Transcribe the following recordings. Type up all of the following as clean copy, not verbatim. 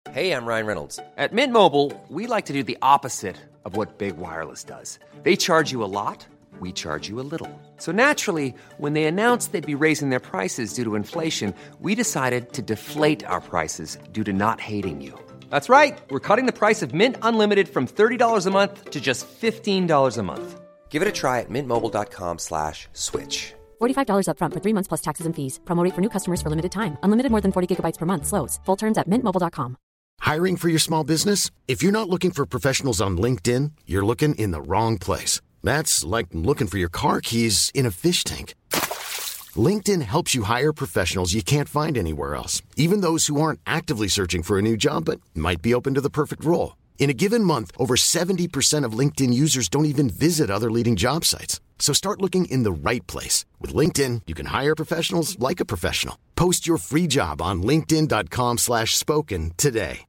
Hey, I'm Ryan Reynolds. At Mint Mobile, we like to do the opposite of what Big Wireless does. They charge you a lot, we charge you a little. So naturally, when they announced they'd be raising their prices due to inflation, we decided to deflate our prices due to not hating you. That's right. We're cutting the price of Mint Unlimited from $30 a month to just $15 a month. Give it a try at mintmobile.com/switch. $45 up front for 3 months plus taxes and fees. Promo rate for new customers for limited time. Unlimited more than 40 gigabytes per month. Slows full terms at mintmobile.com. Hiring for your small business? If you're not looking for professionals on LinkedIn, you're looking in the wrong place. That's like looking for your car keys in a fish tank. LinkedIn helps you hire professionals you can't find anywhere else, even those who aren't actively searching for a new job but might be open to the perfect role. In a given month, over 70% of LinkedIn users don't even visit other leading job sites. So start looking in the right place. With LinkedIn, you can hire professionals like a professional. Post your free job on linkedin.com/spoken today.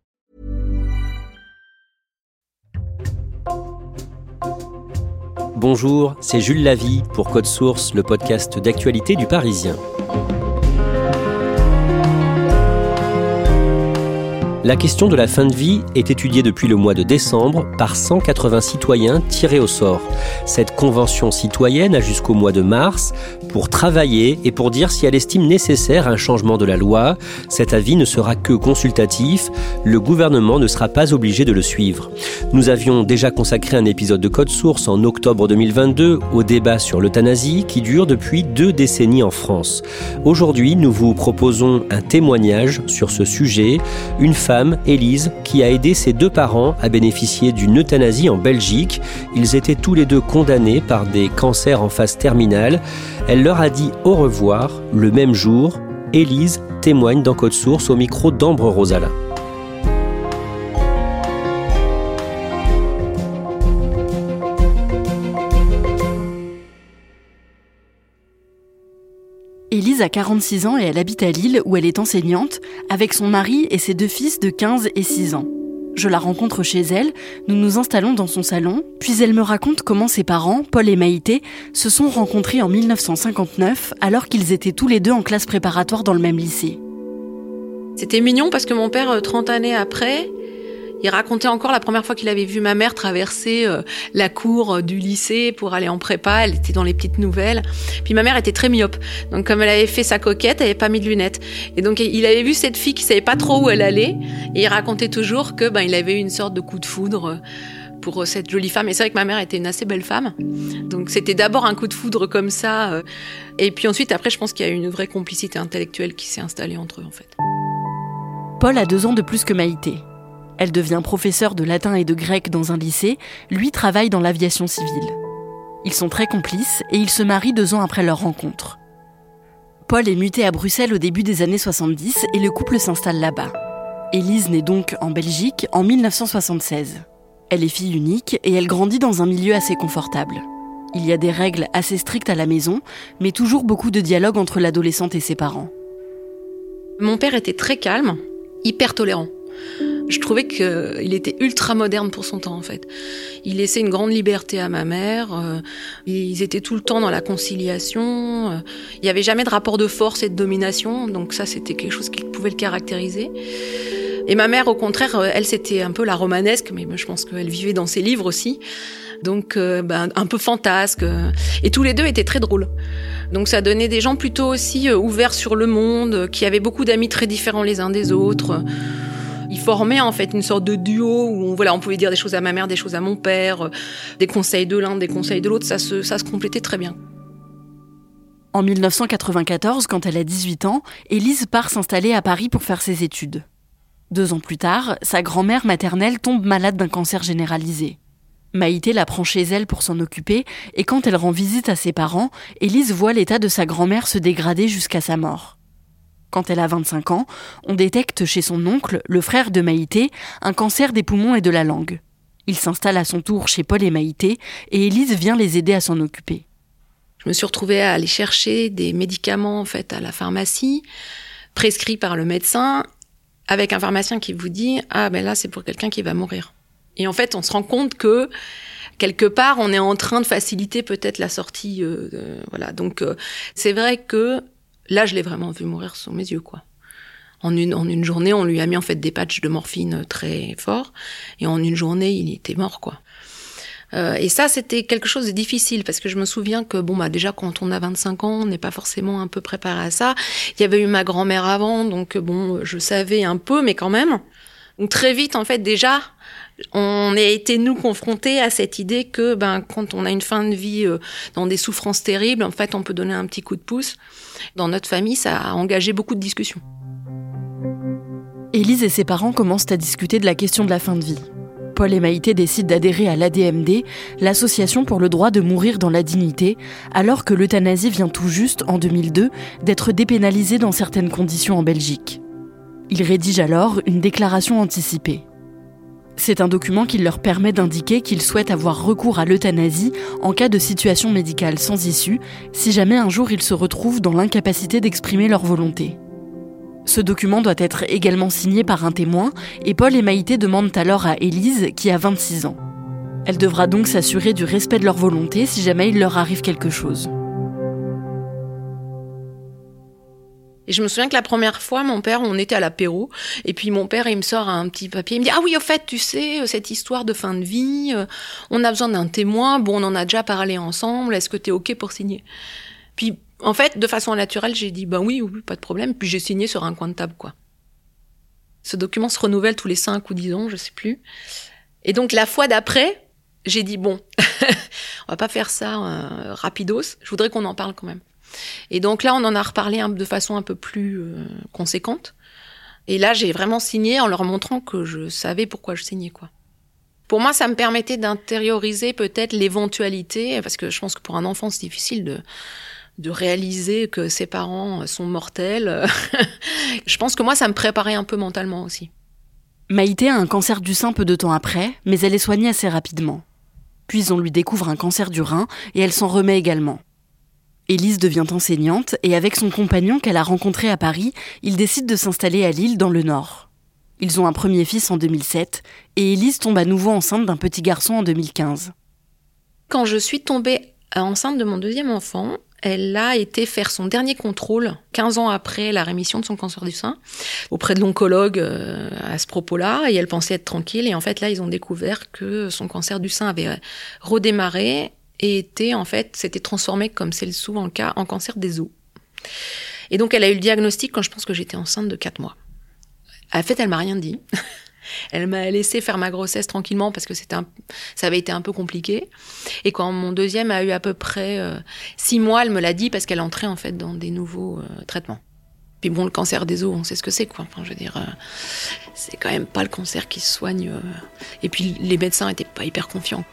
Bonjour, c'est Jules Lavie pour Code Source, le podcast d'actualité du Parisien. La question de la fin de vie est étudiée depuis le mois de décembre par 180 citoyens tirés au sort. Cette convention citoyenne a jusqu'au mois de mars pour travailler et pour dire si elle estime nécessaire un changement de la loi. Cet avis ne sera que consultatif, le gouvernement ne sera pas obligé de le suivre. Nous avions déjà consacré un épisode de Code Source en octobre 2022 au débat sur l'euthanasie qui dure depuis 2 décennies en France. Aujourd'hui, nous vous proposons un témoignage sur ce sujet. Une femme, Élise, qui a aidé ses 2 parents à bénéficier d'une euthanasie en Belgique. Ils étaient tous les 2 condamnés par des cancers en phase terminale. Elle leur a dit au revoir le même jour. Élise témoigne dans Code Source au micro d'Ambre Rosala. Élise a 46 ans et elle habite à Lille où elle est enseignante avec son mari et ses 2 fils de 15 et 6 ans. Je la rencontre chez elle, nous nous installons dans son salon, puis elle me raconte comment ses parents, Paul et Maïté, se sont rencontrés en 1959 alors qu'ils étaient tous les 2 en classe préparatoire dans le même lycée. C'était mignon parce que mon père, 30 années après, il racontait encore la première fois qu'il avait vu ma mère traverser la cour du lycée pour aller en prépa. Elle était dans les petites nouvelles. Puis ma mère était très myope. Donc comme elle avait fait sa coquette, elle avait pas mis de lunettes. Et donc il avait vu cette fille qui savait pas trop où elle allait. Et il racontait toujours que il avait eu une sorte de coup de foudre pour cette jolie femme. Et c'est vrai que ma mère était une assez belle femme. Donc c'était d'abord un coup de foudre comme ça. Et puis ensuite, après, je pense qu'il y a eu une vraie complicité intellectuelle qui s'est installée entre eux, en fait. Paul a 2 ans de plus que Maïté. Elle devient professeure de latin et de grec dans un lycée, lui travaille dans l'aviation civile. Ils sont très complices et ils se marient 2 ans après leur rencontre. Paul est muté à Bruxelles au début des années 70 et le couple s'installe là-bas. Élise naît donc en Belgique en 1976. Elle est fille unique et elle grandit dans un milieu assez confortable. Il y a des règles assez strictes à la maison, mais toujours beaucoup de dialogue entre l'adolescente et ses parents. Mon père était très calme, hyper tolérant. Je trouvais qu'il était ultra moderne pour son temps, en fait. Il laissait une grande liberté à ma mère. Ils étaient tout le temps dans la conciliation. Il n'y avait jamais de rapport de force et de domination. Donc ça, c'était quelque chose qui pouvait le caractériser. Et ma mère, au contraire, elle, c'était un peu la romanesque. Mais je pense qu'elle vivait dans ses livres aussi. Donc un peu fantasque. Et tous les 2 étaient très drôles. Donc ça donnait des gens plutôt aussi ouverts sur le monde, qui avaient beaucoup d'amis très différents les uns des autres. Ils formaient en fait une sorte de duo où on pouvait dire des choses à ma mère, des choses à mon père, des conseils de l'un, des conseils de l'autre, ça se complétait très bien. En 1994, quand elle a 18 ans, Élise part s'installer à Paris pour faire ses études. 2 ans plus tard, sa grand-mère maternelle tombe malade d'un cancer généralisé. Maïté la prend chez elle pour s'en occuper et quand elle rend visite à ses parents, Élise voit l'état de sa grand-mère se dégrader jusqu'à sa mort. Quand elle a 25 ans, on détecte chez son oncle, le frère de Maïté, un cancer des poumons et de la langue. Il s'installe à son tour chez Paul et Maïté et Élise vient les aider à s'en occuper. Je me suis retrouvée à aller chercher des médicaments en fait à la pharmacie, prescrits par le médecin, avec un pharmacien qui vous dit « Ah ben là c'est pour quelqu'un qui va mourir ». Et en fait on se rend compte que quelque part on est en train de faciliter peut-être la sortie. Donc c'est vrai que là, je l'ai vraiment vu mourir sous mes yeux, quoi. En une journée, on lui a mis en fait des patchs de morphine très forts, et en une journée, il était mort, quoi. Et ça, c'était quelque chose de difficile, parce que je me souviens que, déjà, quand on a 25 ans, on n'est pas forcément un peu préparé à ça. Il y avait eu ma grand-mère avant, donc je savais un peu, mais quand même. Donc très vite, en fait, déjà, on a été, nous, confrontés à cette idée que, quand on a une fin de vie dans des souffrances terribles, en fait, on peut donner un petit coup de pouce. Dans notre famille, ça a engagé beaucoup de discussions. Élise et ses parents commencent à discuter de la question de la fin de vie. Paul et Maïté décident d'adhérer à l'ADMD, l'association pour le droit de mourir dans la dignité, alors que l'euthanasie vient tout juste, en 2002, d'être dépénalisée dans certaines conditions en Belgique. Ils rédigent alors une déclaration anticipée. C'est un document qui leur permet d'indiquer qu'ils souhaitent avoir recours à l'euthanasie en cas de situation médicale sans issue, si jamais un jour ils se retrouvent dans l'incapacité d'exprimer leur volonté. Ce document doit être également signé par un témoin, et Paul et Maïté demandent alors à Élise, qui a 26 ans. Elle devra donc s'assurer du respect de leur volonté si jamais il leur arrive quelque chose. Et je me souviens que la première fois, mon père, on était à l'apéro, et puis mon père, il me sort un petit papier, il me dit « Ah oui, au fait, tu sais, cette histoire de fin de vie, on a besoin d'un témoin, on en a déjà parlé ensemble, est-ce que t'es OK pour signer ?» Puis, en fait, de façon naturelle, j'ai dit oui, pas de problème, puis j'ai signé sur un coin de table, quoi. Ce document se renouvelle tous les 5 ou 10 ans, je sais plus. Et donc, la fois d'après, j'ai dit on va pas faire ça rapidos, je voudrais qu'on en parle quand même. Et donc là, on en a reparlé de façon un peu plus conséquente. Et là, j'ai vraiment signé en leur montrant que je savais pourquoi je signais, quoi. Pour moi, ça me permettait d'intérioriser peut-être l'éventualité, parce que je pense que pour un enfant, c'est difficile de réaliser que ses parents sont mortels. Je pense que moi, ça me préparait un peu mentalement aussi. Maïté a un cancer du sein peu de temps après, mais elle est soignée assez rapidement. Puis on lui découvre un cancer du rein et elle s'en remet également. Élise devient enseignante et avec son compagnon qu'elle a rencontré à Paris, ils décident de s'installer à Lille dans le Nord. Ils ont un premier fils en 2007 et Élise tombe à nouveau enceinte d'un petit garçon en 2015. Quand je suis tombée enceinte de mon deuxième enfant, elle a été faire son dernier contrôle, 15 ans après la rémission de son cancer du sein, auprès de l'oncologue à ce propos-là, et elle pensait être tranquille. Et en fait, là, ils ont découvert que son cancer du sein avait redémarré et s'était transformé, comme c'est souvent le cas, en cancer des os. Et donc, elle a eu le diagnostic quand je pense que j'étais enceinte de 4 mois. En fait, elle m'a rien dit. Elle m'a laissé faire ma grossesse tranquillement parce que ça avait été un peu compliqué. Et quand mon deuxième a eu à peu près 6 mois, elle me l'a dit parce qu'elle entrait en fait dans des nouveaux traitements. Puis le cancer des os, on sait ce que c'est, quoi. Enfin, je veux dire, c'est quand même pas le cancer qui se soigne. Et puis les médecins étaient pas hyper confiants.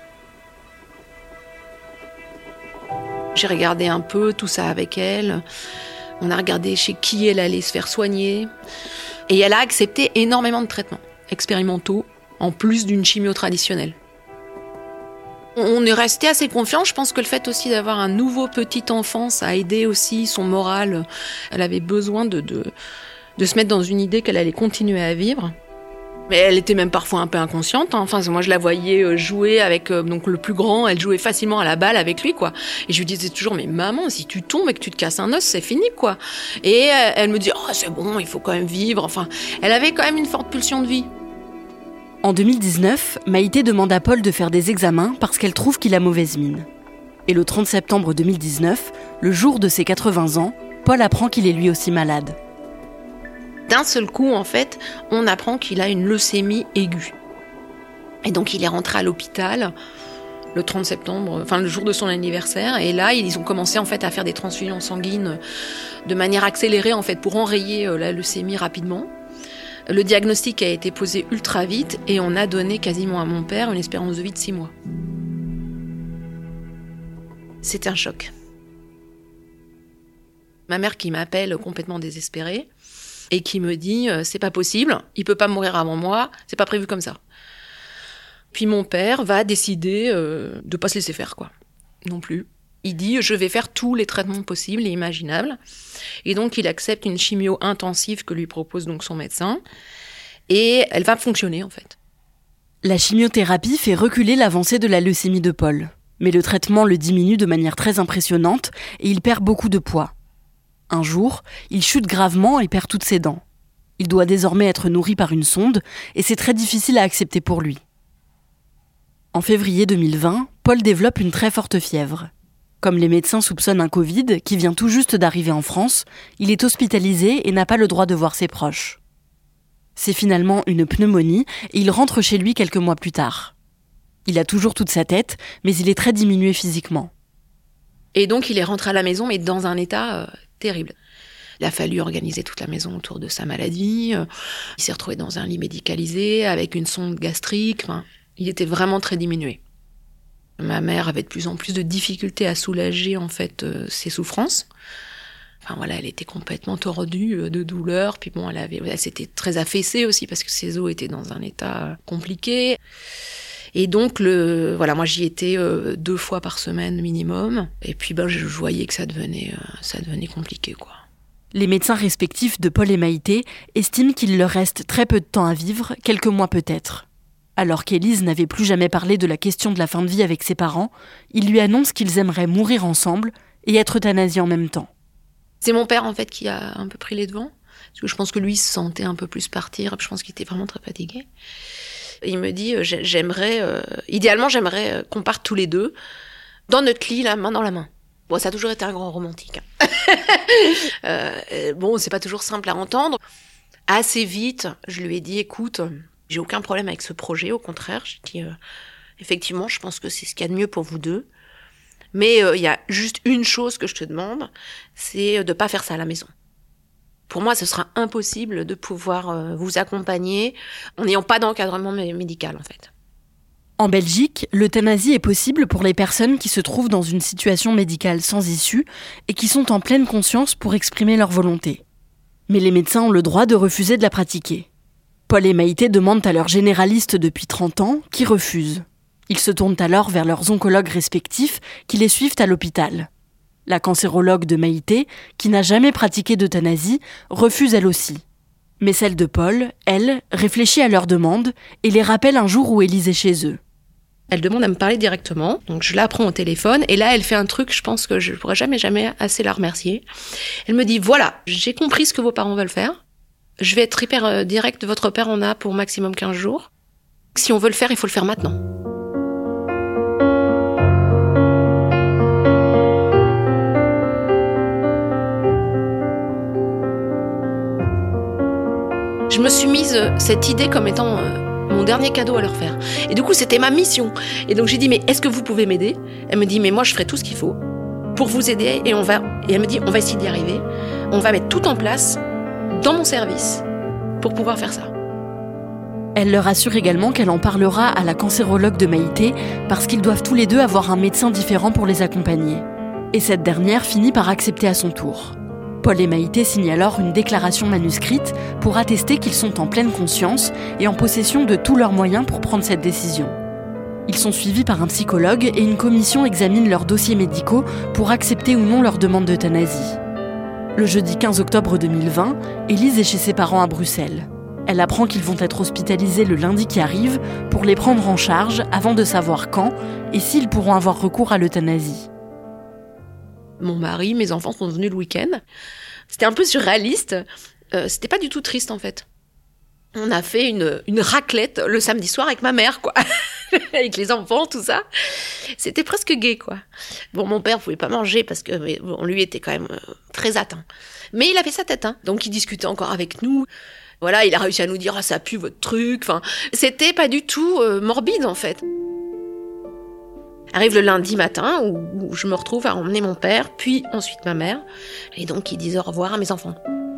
J'ai regardé un peu tout ça avec elle. On a regardé chez qui elle allait se faire soigner. Et elle a accepté énormément de traitements expérimentaux, en plus d'une chimio traditionnelle. On est resté assez confiants. Je pense que le fait aussi d'avoir un nouveau petit enfant, ça a aidé aussi son moral. Elle avait besoin de se mettre dans une idée qu'elle allait continuer à vivre. Mais elle était même parfois un peu inconsciente. Enfin, moi, je la voyais jouer avec donc le plus grand. Elle jouait facilement à la balle avec lui, quoi. Et je lui disais toujours, mais maman, si tu tombes et que tu te casses un os, c'est fini, quoi. Et elle me dit, c'est bon, il faut quand même vivre. Enfin, elle avait quand même une forte pulsion de vie. En 2019, Maïté demande à Paul de faire des examens parce qu'elle trouve qu'il a mauvaise mine. Et le 30 septembre 2019, le jour de ses 80 ans, Paul apprend qu'il est lui aussi malade. D'un seul coup, en fait, on apprend qu'il a une leucémie aiguë. Et donc, il est rentré à l'hôpital le 30 septembre, le jour de son anniversaire. Et là, ils ont commencé, en fait, à faire des transfusions sanguines de manière accélérée, en fait, pour enrayer la leucémie rapidement. Le diagnostic a été posé ultra vite et on a donné quasiment à mon père une espérance de vie de 6 mois. C'était un choc. Ma mère qui m'appelle complètement désespérée et qui me dit « c'est pas possible, il peut pas mourir avant moi, c'est pas prévu comme ça ». Puis mon père va décider de pas se laisser faire, quoi, non plus. Il dit « je vais faire tous les traitements possibles et imaginables ». Et donc il accepte une chimio intensive que lui propose donc son médecin. Et elle va fonctionner, en fait. La chimiothérapie fait reculer l'avancée de la leucémie de Paul. Mais le traitement le diminue de manière très impressionnante et il perd beaucoup de poids. Un jour, il chute gravement et perd toutes ses dents. Il doit désormais être nourri par une sonde et c'est très difficile à accepter pour lui. En février 2020, Paul développe une très forte fièvre. Comme les médecins soupçonnent un Covid qui vient tout juste d'arriver en France, il est hospitalisé et n'a pas le droit de voir ses proches. C'est finalement une pneumonie et il rentre chez lui quelques mois plus tard. Il a toujours toute sa tête, mais il est très diminué physiquement. Et donc il est rentré à la maison, mais dans un état terrible. Il a fallu organiser toute la maison autour de sa maladie. Il s'est retrouvé dans un lit médicalisé avec une sonde gastrique. Enfin, il était vraiment très diminué. Ma mère avait de plus en plus de difficultés à soulager en fait ses souffrances. Enfin voilà, elle était complètement tordue de douleur. Puis bon, elle s'était très affaissée aussi parce que ses os étaient dans un état compliqué. Et donc moi j'y étais 2 fois par semaine minimum. Et puis je voyais que ça devenait compliqué quoi. Les médecins respectifs de Paul et Maïté estiment qu'il leur reste très peu de temps à vivre, quelques mois peut-être. Alors qu'Élise n'avait plus jamais parlé de la question de la fin de vie avec ses parents, ils lui annoncent qu'ils aimeraient mourir ensemble et être euthanasiés en même temps. C'est mon père en fait qui a un peu pris les devants, parce que je pense que lui se sentait un peu plus partir, je pense qu'il était vraiment très fatigué. Et il me dit idéalement j'aimerais qu'on parte tous les deux dans notre lit, la main dans la main. Bon, ça a toujours été un grand romantique. C'est pas toujours simple à entendre. Assez vite, je lui ai dit, écoute, j'ai aucun problème avec ce projet, au contraire. J'ai dit, effectivement, je pense que c'est ce qu'il y a de mieux pour vous deux. Mais il y a juste une chose que je te demande, c'est de pas faire ça à la maison. Pour moi, ce sera impossible de pouvoir vous accompagner en n'ayant pas d'encadrement médical, en fait. En Belgique, l'euthanasie est possible pour les personnes qui se trouvent dans une situation médicale sans issue et qui sont en pleine conscience pour exprimer leur volonté. Mais les médecins ont le droit de refuser de la pratiquer. Paul et Maïté demandent à leur généraliste depuis 30 ans, qui refuse. Ils se tournent alors vers leurs oncologues respectifs qui les suivent à l'hôpital. La cancérologue de Maïté, qui n'a jamais pratiqué d'euthanasie, refuse elle aussi. Mais celle de Paul, elle, réfléchit à leur demande et les rappelle un jour où Élise est chez eux. Elle demande à me parler directement, donc je la prends au téléphone, et là elle fait un truc, je pense que je ne pourrai jamais assez la remercier. Elle me dit, voilà, j'ai compris ce que vos parents veulent faire, je vais être hyper direct, votre père en a pour maximum 15 jours. Si on veut le faire, il faut le faire maintenant. Je me suis mise cette idée comme étant mon dernier cadeau à leur faire. Et du coup, c'était ma mission. Et donc j'ai dit, mais est-ce que vous pouvez m'aider ? Elle me dit, mais moi je ferai tout ce qu'il faut pour vous aider. Et elle me dit, on va essayer d'y arriver. On va mettre tout en place dans mon service pour pouvoir faire ça. Elle leur assure également qu'elle en parlera à la cancérologue de Maïté parce qu'ils doivent tous les deux avoir un médecin différent pour les accompagner. Et cette dernière finit par accepter à son tour. Paul et Maïté signent alors une déclaration manuscrite pour attester qu'ils sont en pleine conscience et en possession de tous leurs moyens pour prendre cette décision. Ils sont suivis par un psychologue et une commission examine leurs dossiers médicaux pour accepter ou non leur demande d'euthanasie. Le jeudi 15 octobre 2020, Élise est chez ses parents à Bruxelles. Elle apprend qu'ils vont être hospitalisés le lundi qui arrive pour les prendre en charge avant de savoir quand et s'ils pourront avoir recours à l'euthanasie. Mon mari, mes enfants sont venus le week-end. C'était un peu surréaliste. C'était pas du tout triste, en fait. On a fait une raclette le samedi soir avec ma mère, quoi. Avec les enfants, tout ça. C'était presque gai, quoi. Bon, mon père pouvait pas manger parce que lui était quand même très atteint. Mais il avait sa tête, hein. Donc il discutait encore avec nous. Voilà, il a réussi à nous dire « Ah, ça pue votre truc ». Enfin, c'était pas du tout morbide, en fait. Arrive le lundi matin où je me retrouve à emmener mon père, puis ensuite ma mère. Et donc, ils disent au revoir à mes enfants.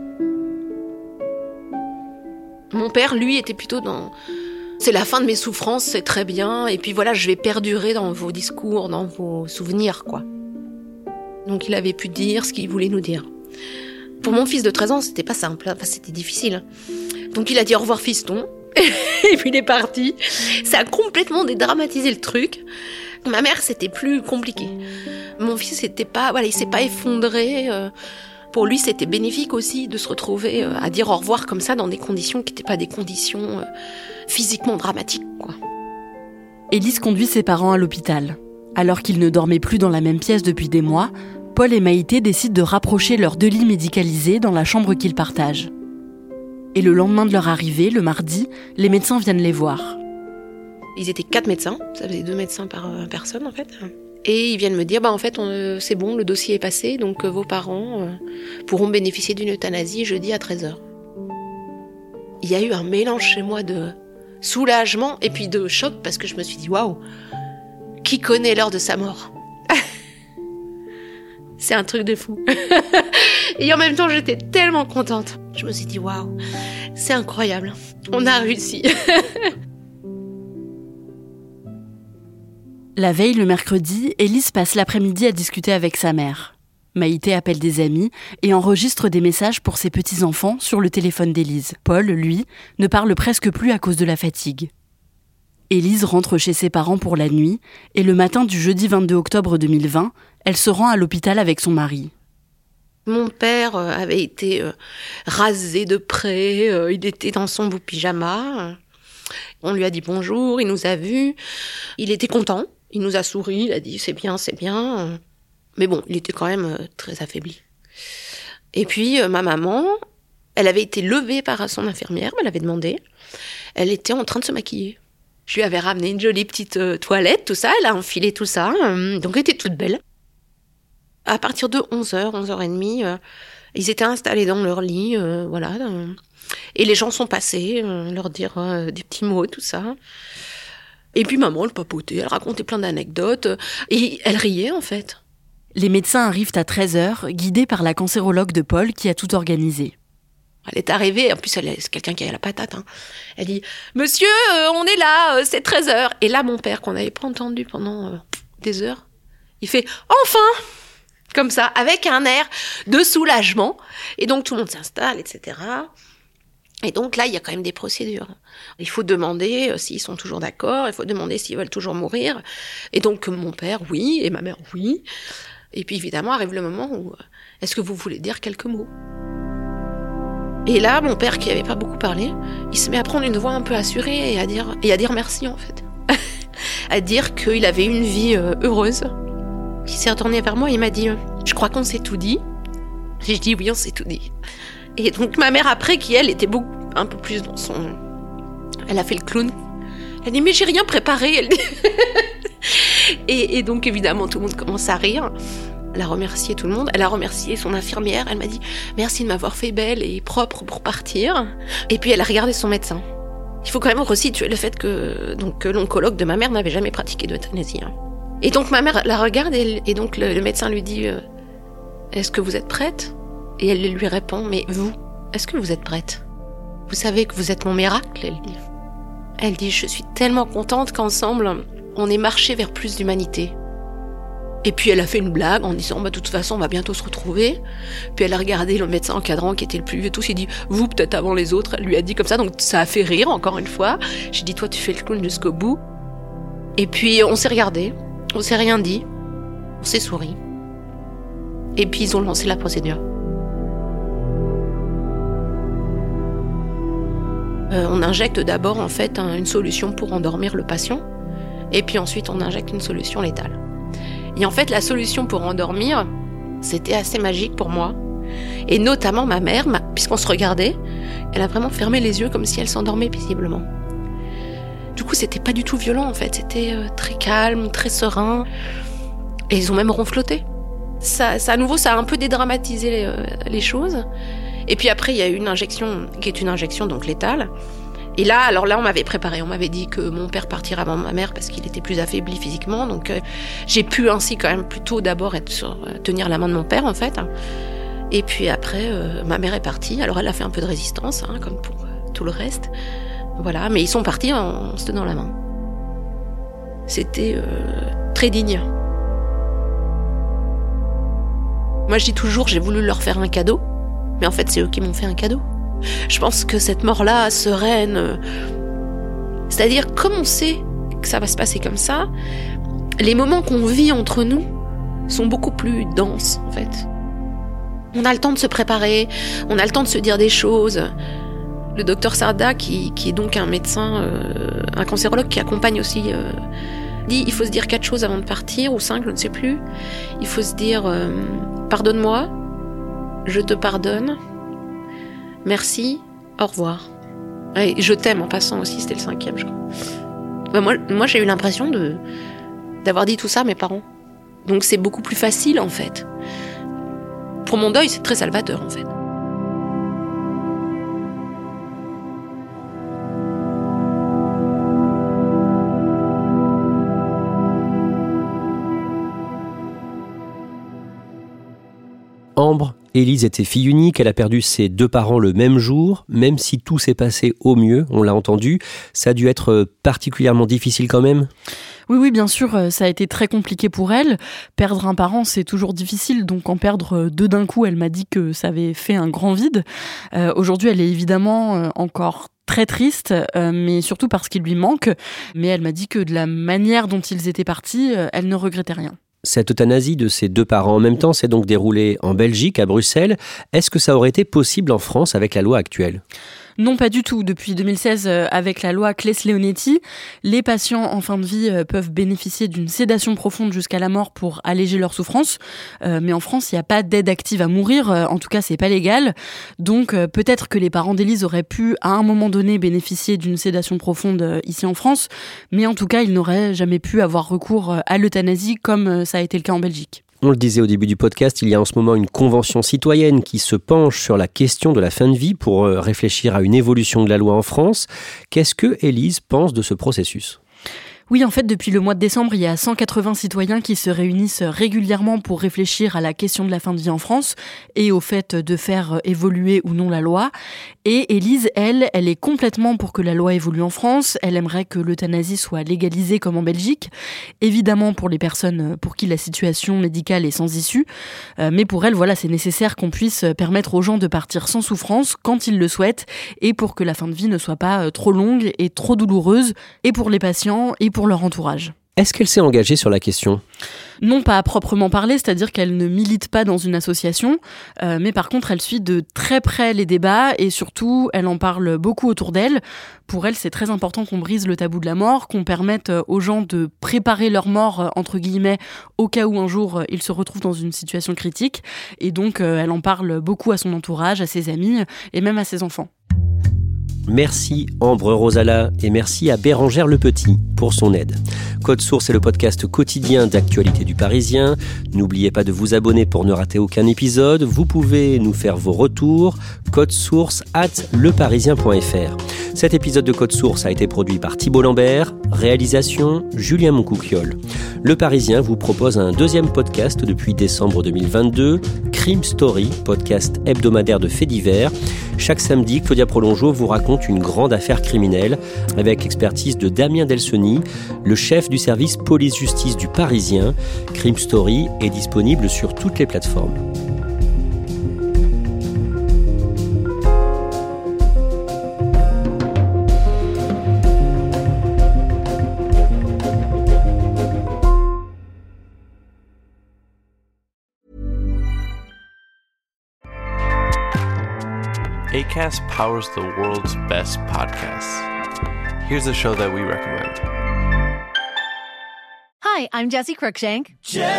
Mon père, lui, était plutôt dans... C'est la fin de mes souffrances, c'est très bien. Et puis voilà, je vais perdurer dans vos discours, dans vos souvenirs, quoi. Donc, il avait pu dire ce qu'il voulait nous dire. Pour mon fils de 13 ans, c'était pas simple. Enfin, c'était difficile. Donc, il a dit au revoir, fiston. Et puis, il est parti. Ça a complètement dédramatisé le truc. Ma mère, c'était plus compliqué. Mon fils, il s'est pas effondré. Pour lui, c'était bénéfique aussi de se retrouver à dire au revoir comme ça dans des conditions qui n'étaient pas des conditions physiquement dramatiques, quoi. Élise conduit ses parents à l'hôpital. Alors qu'ils ne dormaient plus dans la même pièce depuis des mois, Paul et Maïté décident de rapprocher leurs 2 lits médicalisés dans la chambre qu'ils partagent. Et le lendemain de leur arrivée, le mardi, les médecins viennent les voir. Ils étaient 4 médecins, ça faisait 2 médecins par personne en fait. Et ils viennent me dire, en fait, c'est bon, le dossier est passé, donc vos parents pourront bénéficier d'une euthanasie jeudi à 13h. Il y a eu un mélange chez moi de soulagement et puis de choc parce que je me suis dit, waouh, qui connaît l'heure de sa mort? C'est un truc de fou. Et en même temps, j'étais tellement contente. Je me suis dit, waouh, c'est incroyable, on a réussi. La veille, le mercredi, Élise passe l'après-midi à discuter avec sa mère. Maïté appelle des amis et enregistre des messages pour ses petits-enfants sur le téléphone d'Élise. Paul, lui, ne parle presque plus à cause de la fatigue. Élise rentre chez ses parents pour la nuit et le matin du jeudi 22 octobre 2020, elle se rend à l'hôpital avec son mari. Mon père avait été rasé de près, il était dans son beau pyjama. On lui a dit bonjour, il nous a vus, il était content. Il nous a souri, il a dit c'est bien, c'est bien. Mais bon, il était quand même très affaibli. Et puis ma maman, elle avait été levée par son infirmière, elle avait demandé. Elle était en train de se maquiller. Je lui avais ramené une jolie petite toilette, tout ça, elle a enfilé tout ça, donc elle était toute belle. À partir de 11h, 11h30, ils étaient installés dans leur lit, voilà. Et les gens sont passés, leur dire des petits mots, tout ça. Et puis maman, elle papotait, elle racontait plein d'anecdotes, et elle riait en fait. Les médecins arrivent à 13h, guidés par la cancérologue de Paul qui a tout organisé. Elle est arrivée, en plus c'est quelqu'un qui a la patate. Elle dit « Monsieur, on est là, c'est 13h ». Et là, mon père, qu'on n'avait pas entendu pendant des heures, il fait « Enfin !» Comme ça, avec un air de soulagement. Et donc tout le monde s'installe, etc. Et donc là, il y a quand même des procédures. Il faut demander s'ils sont toujours d'accord, il faut demander s'ils veulent toujours mourir. Et donc mon père, oui, et ma mère, oui. Et puis évidemment, arrive le moment où, est-ce que vous voulez dire quelques mots ? Et là, mon père, qui n'avait pas beaucoup parlé, il se met à prendre une voix un peu assurée et à dire merci en fait. À dire qu'il avait une vie heureuse. Il s'est retourné vers moi et il m'a dit « Je crois qu'on s'est tout dit ». J'ai dit « Oui, on s'est tout dit ». Et donc ma mère après, qui elle était un peu plus dans son... Elle a fait le clown. Elle dit « Mais j'ai rien préparé ». Elle dit et donc évidemment tout le monde commence à rire. Elle a remercié tout le monde. Elle a remercié son infirmière. Elle m'a dit « Merci de m'avoir fait belle et propre pour partir ». Et puis elle a regardé son médecin. Il faut quand même resituer le fait que l'oncologue de ma mère n'avait jamais pratiqué d'euthanasie. Et donc ma mère la regarde et donc le médecin lui dit « Est-ce que vous êtes prête ?» Et elle lui répond « Mais vous, est-ce que vous êtes prête ? Vous savez que vous êtes mon miracle ?» Elle dit « Je suis tellement contente qu'ensemble, on ait marché vers plus d'humanité. » Et puis elle a fait une blague en disant « De toute façon, on va bientôt se retrouver. » Puis elle a regardé le médecin encadrant qui était le plus vieux, tout s'est dit « Vous, peut-être avant les autres. » Elle lui a dit comme ça, donc ça a fait rire encore une fois. J'ai dit « Toi, tu fais le clown jusqu'au bout. » Et puis on s'est regardé, on s'est rien dit, on s'est souri. Et puis ils ont lancé la procédure. On injecte d'abord en fait une solution pour endormir le patient, et puis ensuite on injecte une solution létale. Et en fait la solution pour endormir, c'était assez magique pour moi, et notamment ma mère, puisqu'on se regardait, elle a vraiment fermé les yeux comme si elle s'endormait paisiblement. Du coup c'était pas du tout violent en fait, c'était très calme, très serein, et ils ont même ronfloté. Ça à nouveau ça a un peu dédramatisé les choses. Et puis après, il y a eu une injection, qui est une injection donc létale. Et là, on m'avait préparé. On m'avait dit que mon père partirait avant ma mère parce qu'il était plus affaibli physiquement. Donc j'ai pu ainsi quand même plutôt d'abord tenir la main de mon père en fait. Et puis après, ma mère est partie. Alors elle a fait un peu de résistance, comme pour tout le reste. Voilà, mais ils sont partis en se tenant la main. C'était très digne. Moi je dis toujours, j'ai voulu leur faire un cadeau. Mais en fait, c'est eux qui m'ont fait un cadeau. Je pense que cette mort-là, sereine, c'est-à-dire, comme on sait que ça va se passer comme ça, les moments qu'on vit entre nous sont beaucoup plus denses, en fait. On a le temps de se préparer, on a le temps de se dire des choses. Le docteur Sarda, qui est donc un médecin, un cancérologue qui accompagne aussi, dit il faut se dire 4 choses avant de partir, ou 5, je ne sais plus. Il faut se dire pardonne-moi. Je te pardonne, merci Au revoir. Et je t'aime en passant aussi, c'était le 5e, je crois. Moi, j'ai eu l'impression d'avoir dit tout ça à mes parents. Donc c'est beaucoup plus facile, en fait. Pour mon deuil, c'est très salvateur, en fait. Ambre, Élise était fille unique, elle a perdu ses 2 parents le même jour, même si tout s'est passé au mieux, on l'a entendu, ça a dû être particulièrement difficile quand même. Oui, bien sûr, ça a été très compliqué pour elle. Perdre un parent, c'est toujours difficile, donc en perdre 2 d'un coup, elle m'a dit que ça avait fait un grand vide. Aujourd'hui, elle est évidemment encore très triste, mais surtout parce qu'il lui manque. Mais elle m'a dit que de la manière dont ils étaient partis, elle ne regrettait rien. Cette euthanasie de ses 2 parents en même temps s'est donc déroulée en Belgique, à Bruxelles. Est-ce que ça aurait été possible en France avec la loi actuelle ? Non, pas du tout. Depuis 2016, avec la loi Claes-Leonetti, les patients en fin de vie peuvent bénéficier d'une sédation profonde jusqu'à la mort pour alléger leur souffrance. Mais en France, il n'y a pas d'aide active à mourir. En tout cas, c'est pas légal. Donc, peut-être que les parents d'Élise auraient pu, à un moment donné, bénéficier d'une sédation profonde ici en France. Mais en tout cas, ils n'auraient jamais pu avoir recours à l'euthanasie comme ça a été le cas en Belgique. On le disait au début du podcast, il y a en ce moment une convention citoyenne qui se penche sur la question de la fin de vie pour réfléchir à une évolution de la loi en France. Qu'est-ce que Élise pense de ce processus ? Oui, en fait, depuis le mois de décembre, il y a 180 citoyens qui se réunissent régulièrement pour réfléchir à la question de la fin de vie en France et au fait de faire évoluer ou non la loi. Et Élise, elle est complètement pour que la loi évolue en France. Elle aimerait que l'euthanasie soit légalisée comme en Belgique. Évidemment pour les personnes pour qui la situation médicale est sans issue. Mais pour elle, voilà, c'est nécessaire qu'on puisse permettre aux gens de partir sans souffrance quand ils le souhaitent et pour que la fin de vie ne soit pas trop longue et trop douloureuse et pour les patients et pour leur entourage. Est-ce qu'elle s'est engagée sur la question ? Non, pas à proprement parler, c'est-à-dire qu'elle ne milite pas dans une association, mais par contre, elle suit de très près les débats et surtout, elle en parle beaucoup autour d'elle. Pour elle, c'est très important qu'on brise le tabou de la mort, qu'on permette aux gens de préparer leur mort, entre guillemets, au cas où un jour ils se retrouvent dans une situation critique. Et donc, elle en parle beaucoup à son entourage, à ses amis et même à ses enfants. Merci Ambre Rosala et merci à Bérangère Lepetit pour son aide. Code Source est le podcast quotidien d'actualité du Parisien. N'oubliez pas de vous abonner pour ne rater aucun épisode. Vous pouvez nous faire vos retours. codesource@leparisien.fr. Cet épisode de Code Source a été produit par Thibault Lambert. Réalisation Julien Moncouquiol. Le Parisien vous propose un 2e podcast depuis décembre 2022. Crime Story, podcast hebdomadaire de faits divers. Chaque samedi, Claudia Prolongeau vous raconte une grande affaire criminelle avec l'expertise de Damien Delsoni, le chef du service police-justice du Parisien. Crime Story est disponible sur toutes les plateformes. Acast powers the world's best podcasts. Here's a show that we recommend. Hi, I'm Jessie Cruikshank.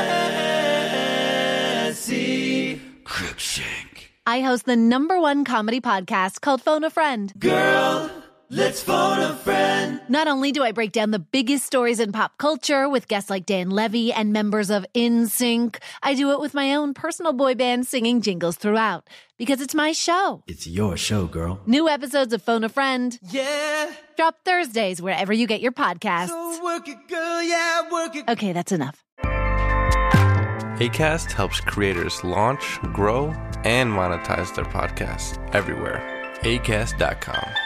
Jessie Cruikshank. I host the #1 comedy podcast called Phone a Friend. Girl, let's phone a friend. Not only do I break down the biggest stories in pop culture with guests like Dan Levy and members of NSYNC, I do it with my own personal boy band singing jingles throughout. Because it's my show. It's your show, girl. New episodes of Phone a Friend. Yeah. Drop Thursdays wherever you get your podcasts. So work it, girl, yeah, work it. Okay, that's enough. Acast helps creators launch, grow, and monetize their podcasts everywhere. Acast.com.